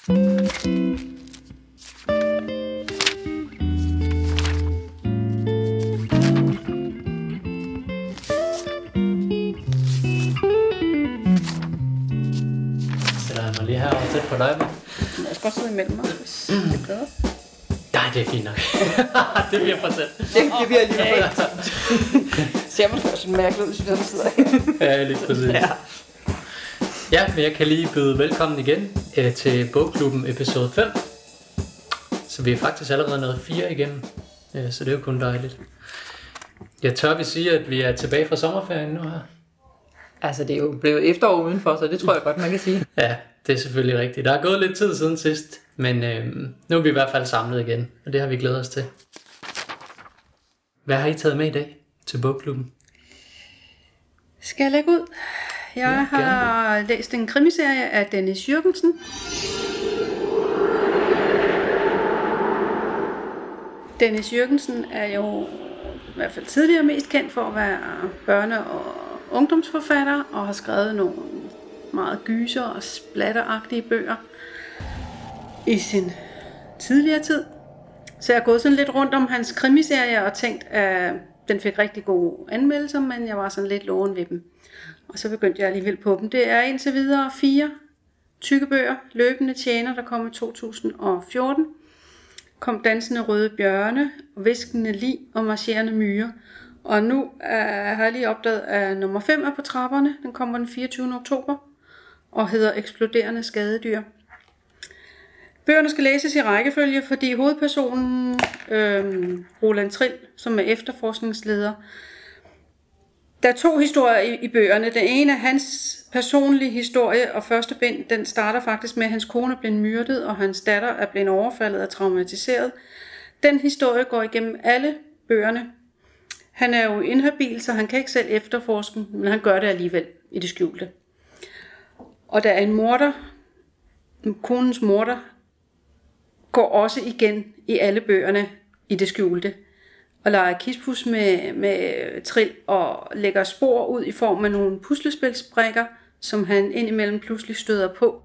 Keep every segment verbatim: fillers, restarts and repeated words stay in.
Lige herovre tæt på dig, men jeg skal godt sidde imellem mig, hvis mm. det er bedre. Nej, det er fint nok. Det bliver for selv. Det, det bliver lige for selv. Ser man også en mærkelig ud, hvis der sidder her. Ja, lige præcis. Ja. Ja, men jeg kan lige byde velkommen igen øh, til Bogklubben episode fem. Så vi er faktisk allerede nået fire igennem, øh, så det er jo kun dejligt. Jeg tør vi sige, at vi er tilbage fra sommerferien nu her. Altså, det er jo blevet efterår udenfor, så det tror jeg godt, man kan sige. Ja, det er selvfølgelig rigtigt. Der er gået lidt tid siden sidst, men øh, nu er vi i hvert fald samlet igen, og det har vi glædet os til. Hvad har I taget med i dag til Bogklubben? Skal jeg lægge ud? Jeg ja, har gerne. læst en krimiserie af Dennis Jürgensen. Dennis Jürgensen er jo i hvert fald tidligere mest kendt for at være børne- og ungdomsforfatter, og har skrevet nogle meget gyser og splatteragtige bøger i sin tidligere tid. Så jeg har gået sådan lidt rundt om hans krimiserie og tænkt, at den fik rigtig gode anmeldelser, men jeg var sådan lidt loven ved dem. Og så begyndte jeg alligevel på dem. Det er indtil videre fire tykke bøger. Løbende tjener, der kom i to tusind og fjorten. Kom Dansende røde bjørne, Viskende lig og Marcherende myrer. Og nu uh, har jeg lige opdaget, at nummer fem er på trapperne. Den kommer den fireogtyvende oktober og hedder Eksploderende skadedyr. Bøgerne skal læses i rækkefølge, fordi hovedpersonen, øh, Roland Trill, som er efterforskningsleder, der er to historier i, i bøgerne. Den ene er hans personlige historie, og første bind, den starter faktisk med, at hans kone er blevet myrdet, og hans datter er blevet overfaldet og traumatiseret. Den historie går igennem alle bøgerne. Han er jo inhabil, så han kan ikke selv efterforske, men han gør det alligevel i det skjulte. Og der er en morder, konens morder, går også igen i alle bøgerne i det skjulte. Og leger kispus med, med Trill og lægger spor ud i form af nogle puslespilsbrikker, som han indimellem pludselig støder på.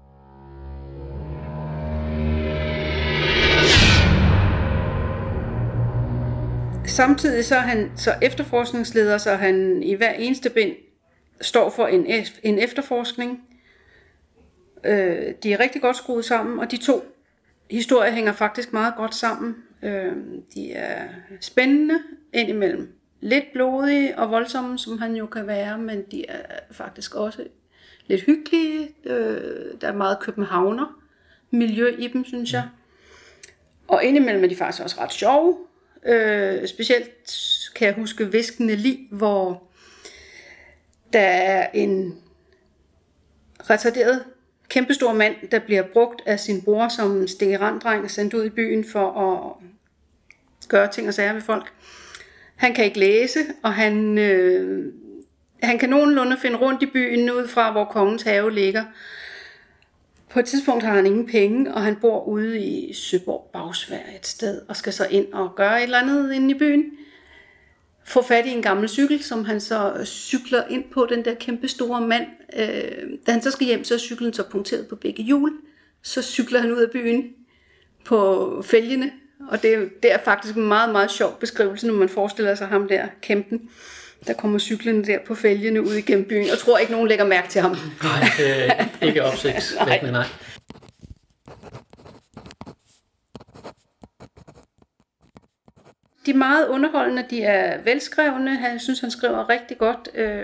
Samtidig så er han så efterforskningsleder, så han i hver eneste bind står for en, en efterforskning. Øh, de er rigtig godt skruet sammen, og de to historier hænger faktisk meget godt sammen. Øh, de er spændende indimellem. Lidt blodige og voldsomme, som han jo kan være, men de er faktisk også lidt hyggelige. Øh, der er meget københavner miljø i dem, synes jeg. Og indimellem er de faktisk også ret sjove. Øh, specielt kan jeg huske Viskende lig, hvor der er en retarderet kæmpestor mand, der bliver brugt af sin bror som stikkeranddreng, sendt ud i byen for at gøre ting og sager ved folk. Han kan ikke læse, og han, øh, han kan nogenlunde finde rundt i byen ud fra, hvor kongens have ligger. På et tidspunkt har han ingen penge, og han bor ude i Søborg Bagsværd et sted, og skal så ind og gøre et eller andet inde i byen. Få fat i en gammel cykel, som han så cykler ind på, den der kæmpe store mand. Øh, da han så skal hjem, så er cyklen så punkteret på begge hjul. Så cykler han ud af byen på fælgene, og det, det er faktisk en meget, meget sjov beskrivelse, når man forestiller sig ham der kæmpen. Der kommer cyklen der på fælgene ud igennem byen, og tror ikke, nogen lægger mærke til ham. Nej, det er ikke opsigtsvækkende, nej. De er meget underholdende, de er velskrevne. Jeg synes, han skriver rigtig godt.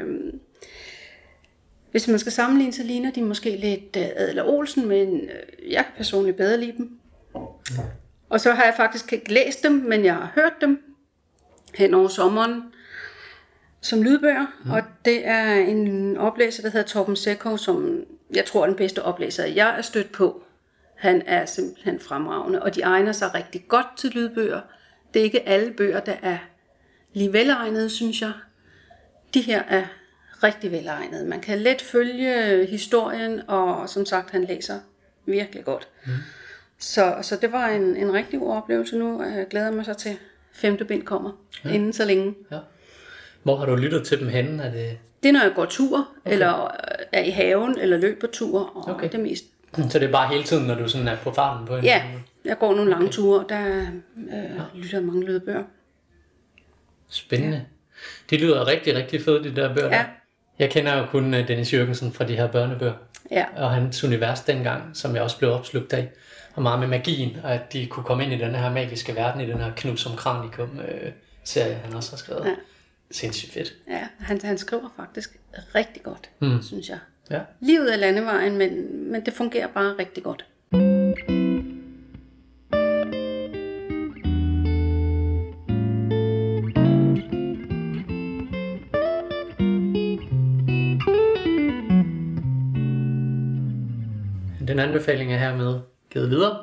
Hvis man skal sammenligne, så ligner de måske lidt Adler Olsen, men jeg kan personligt bedre lide dem. Og så har jeg faktisk ikke læst dem, men jeg har hørt dem hen over sommeren som lydbøger. Mm. Og det er en oplæser, der hedder Torben Sekov, som jeg tror er den bedste oplæser, jeg er stødt på. Han er simpelthen fremragende, og de egner sig rigtig godt til lydbøger. Det er ikke alle bøger, der er lige velegnede, synes jeg. De her er rigtig velegnede. Man kan let følge historien, og som sagt, han læser virkelig godt. Mm. Så, så det var en, en rigtig god oplevelse nu, og jeg glæder mig så til femte bind kommer, ja. Inden så længe. Ja. Hvor har du lyttet til dem henne? Er det... det er, når jeg går tur, okay. Eller er i haven, eller løber tur, og okay. Det er mest Så det er bare hele tiden, når du sådan er på farten på en Ja, måde? jeg går nogle lange okay. ture, der øh, lytter mange lydbøger. Spændende. Det lyder rigtig, rigtig fedt, de der bøger Ja. der. Jeg kender jo kun Dennis Jürgensen fra de her børnebøger. Ja. Og hans univers dengang, som jeg også blev opslugt af. Og meget med magien, og at de kunne komme ind i den her magiske verden, i den her Knud som Kranikum-serie, han også har skrevet. Ja. Sindssygt fedt. Ja, han, han skriver faktisk rigtig godt, mm. synes jeg. Ja. Livet er landevejen, men, men det fungerer bare rigtig godt. Den anbefaling er hermed givet videre.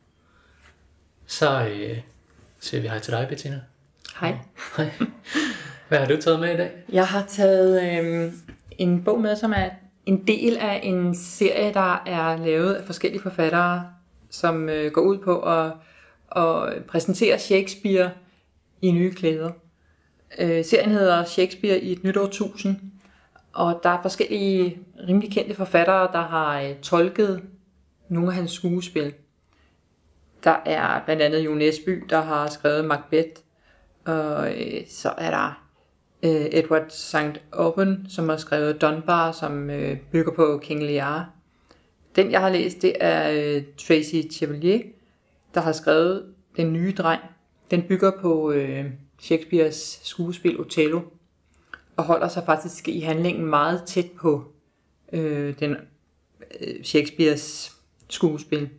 Så øh, siger vi hej til dig, Bettina. Hej. Hej. Hvad har du taget med i dag? Jeg har taget øh, en bog med, som er en del af en serie, der er lavet af forskellige forfattere, som øh, går ud på at, at præsentere Shakespeare i nye klæder. Øh, serien hedder Shakespeare i et nyt årtusind, og der er forskellige rimelig kendte forfattere, der har øh, tolket nogle af hans skuespil. Der er blandt andet Jo Nesbø, der har skrevet Macbeth, og øh, så er der øh, Edward Saint Auburn, som har skrevet Dunbar, som øh, bygger på King Lear. Den jeg har læst, det er øh, Tracy Chevalier, der har skrevet Den nye dreng. Den bygger på øh, Shakespeares skuespil Othello, og holder sig faktisk i handlingen meget tæt på øh, den, øh, Shakespeares skuespil.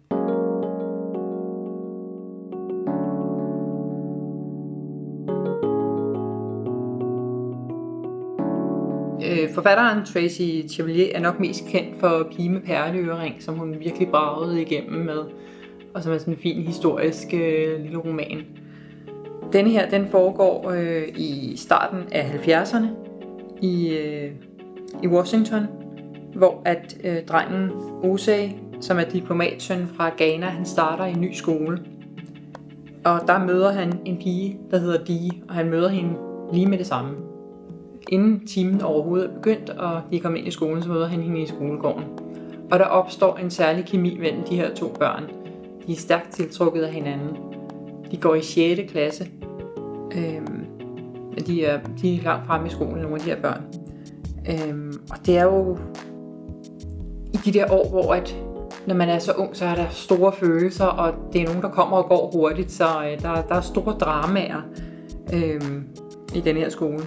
Forfatteren Tracy Chevalier er nok mest kendt for Pige med perleørering, som hun virkelig bragede igennem med, og som er sådan en fin historisk øh, lille roman. Denne her, den foregår øh, i starten af halvfjerdserne i, øh, i Washington, hvor at øh, drengen Osei, som er diplomatsøn fra Ghana, han starter i en ny skole. Og der møder han en pige, der hedder Dee, og han møder hende lige med det samme. Inden timen overhovedet er begyndt, og de er kommet ind i skolen, så møder han hende i skolegården. Og der opstår en særlig kemi mellem de her to børn. De er stærkt tiltrukket af hinanden. De går i sjette klasse. Øhm, de, er, de er langt fremme i skolen, nogle af de her børn. Øhm, og det er jo i de der år, hvor at, når man er så ung, så er der store følelser, og det er nogen, der kommer og går hurtigt, så øh, der, der er store dramaer øhm, i den her skole.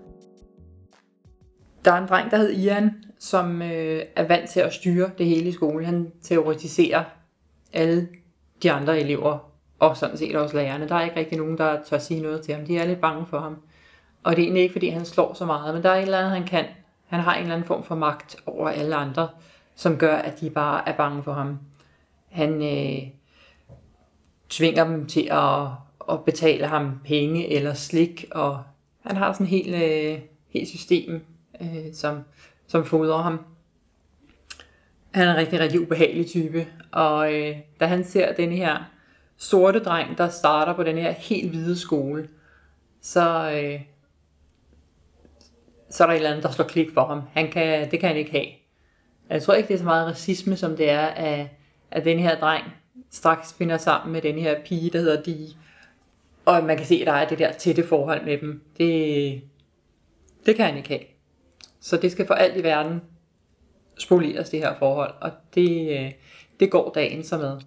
Der er en dreng, der hedder Ian, som øh, er vant til at styre det hele i skolen. Han teoretiserer alle de andre elever, og sådan set også lærerne. Der er ikke rigtig nogen, der tør sige noget til ham. De er lidt bange for ham. Og det er egentlig ikke, fordi han slår så meget, men der er et eller andet, han kan. Han har en eller anden form for magt over alle andre, som gør, at de bare er bange for ham. Han øh, tvinger dem til at, at betale ham penge eller slik, og han har sådan et helt, øh, helt system, øh, som, som fodrer ham. Han er en rigtig, rigtig ubehagelig type, og øh, da han ser den her sorte dreng, der starter på den her helt hvide skole, så, øh, så er der et eller andet, der slår klik for ham. Han kan, det kan han ikke have. Jeg tror ikke, det er så meget racisme, som det er, at, at den her dreng straks finder sammen med den her pige, der hedder Dee. Og man kan se, at der er det der tætte forhold med dem. Det, det kan han ikke have. Så det skal for alt i verden spoleres, det her forhold. Og det, det går dagen så med.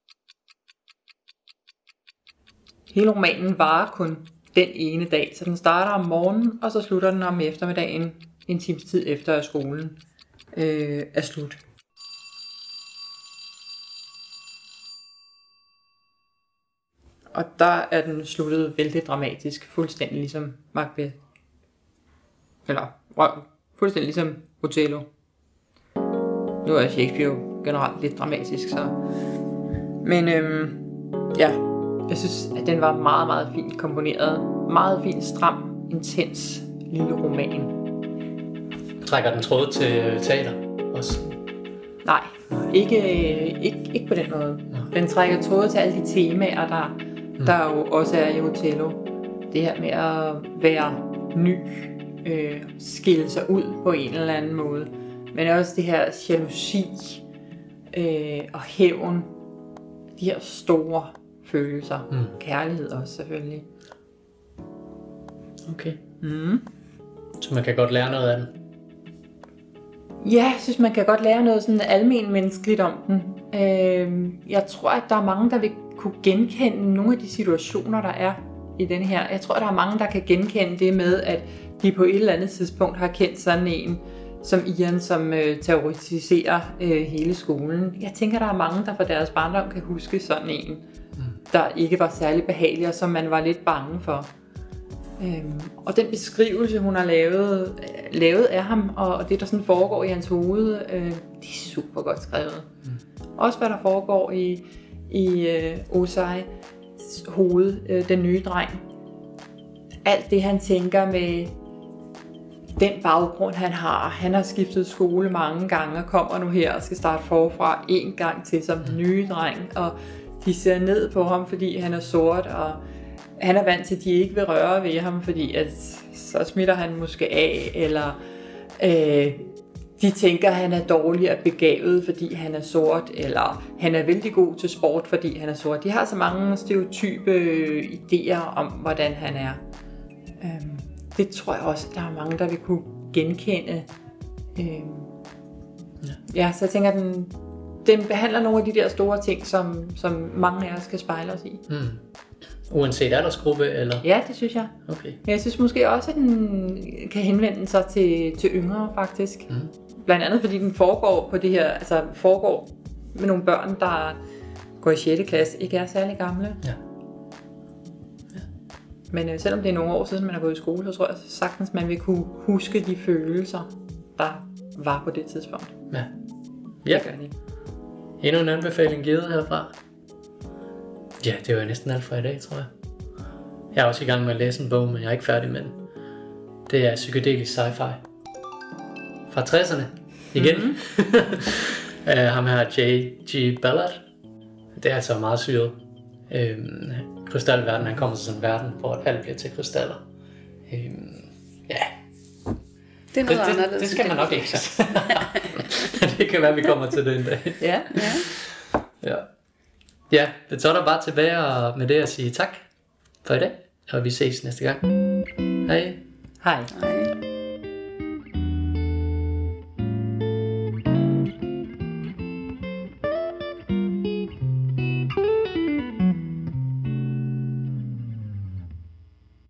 Hele romanen varer kun den ene dag. Så den starter om morgenen, og så slutter den om eftermiddagen, en times tid efter at skolen øh, er slut. Og der er den sluttet vældig dramatisk, fuldstændig ligesom Macbeth. Eller, wow, fuldstændig ligesom Othello. Nu er Shakespeare jo generelt lidt dramatisk, så... Men øhm, ja, jeg synes, at den var meget, meget fint komponeret. Meget fint, stram, intens lille roman. Trækker den tråd til teater også? Nej, ikke, ikke, ikke på den måde. Den trækker tråd til alle de temaer, der, mm. der jo også er i Othello. Det her med at være ny, øh, skille sig ud på en eller anden måde. Men også det her jalousi, øh, og hævn. De her store følelser. Mm. Kærlighed også selvfølgelig. Okay. Mm. Så man kan godt lære noget af den. Ja, jeg synes, man kan godt lære noget sådan almen menneskeligt om den. Øh, jeg tror, at der er mange, der vil kunne genkende nogle af de situationer, der er i den her. Jeg tror, der er mange, der kan genkende det med, at de på et eller andet tidspunkt har kendt sådan en som Ian, som øh, terroriserer øh, hele skolen. Jeg tænker, der er mange, der fra deres barndom kan huske sådan en, mm. der ikke var særlig behagelig, og som man var lidt bange for. Øhm, og den beskrivelse, hun har lavet, øh, lavet af ham, og, og det, der sådan foregår i hans hoved, øh, det er super godt skrevet. Mm. Også hvad der foregår i, i øh, Osais hoved, øh, den nye dreng. Alt det, han tænker med den baggrund, han har. Han har skiftet skole mange gange og kommer nu her og skal starte forfra en gang til som den nye dreng. Og de ser ned på ham, fordi han er sort, og han er vant til, at de ikke vil røre ved ham, fordi at så smitter han måske af, eller øh, de tænker, at han er dårlig og begavet, fordi han er sort, eller han er vældig god til sport, fordi han er sort. De har så mange stereotype idéer om, hvordan han er. Øhm, det tror jeg også, at der er mange, der vil kunne genkende. Øhm, ja. ja, så jeg tænker, at den, den behandler nogle af de der store ting, som, som mange af os kan spejle os i. Mm. Uanset aldersgruppe, eller? Ja, det synes jeg. Okay. Men jeg synes måske også, at den kan henvende sig til, til yngre, faktisk. Mm. Blandt andet, fordi den foregår på det her, altså foregår med nogle børn, der går i sjette klasse, ikke er særlig gamle. Ja. Ja. Men øh, selvom det er nogle år siden, man har gået i skole, så tror jeg sagtens, man vil kunne huske de følelser, der var på det tidspunkt. Ja. Ja. Det gør de. Endnu en anbefaling givet herfra. Ja, det var næsten alt for i dag, tror jeg. Jeg er også i gang med at læse en bog, men jeg er ikke færdig med den. Det er psykedelisk sci-fi. Fra tresserne. Igen. Mm-hmm. uh, ham her, J G Ballard. Det er altså meget syret. Øhm, krystalverden, han kommer til sådan en verden, hvor alt bliver til krystaller. Øhm, ja. Det er noget det, det, anderledes. det skal man nok læse. Det kan være, vi kommer til det en dag. Ja. Ja. Ja. Ja, det så er der bare tilbage og med det at sige tak for i dag, og vi ses næste gang. Hej. Hej. Hej.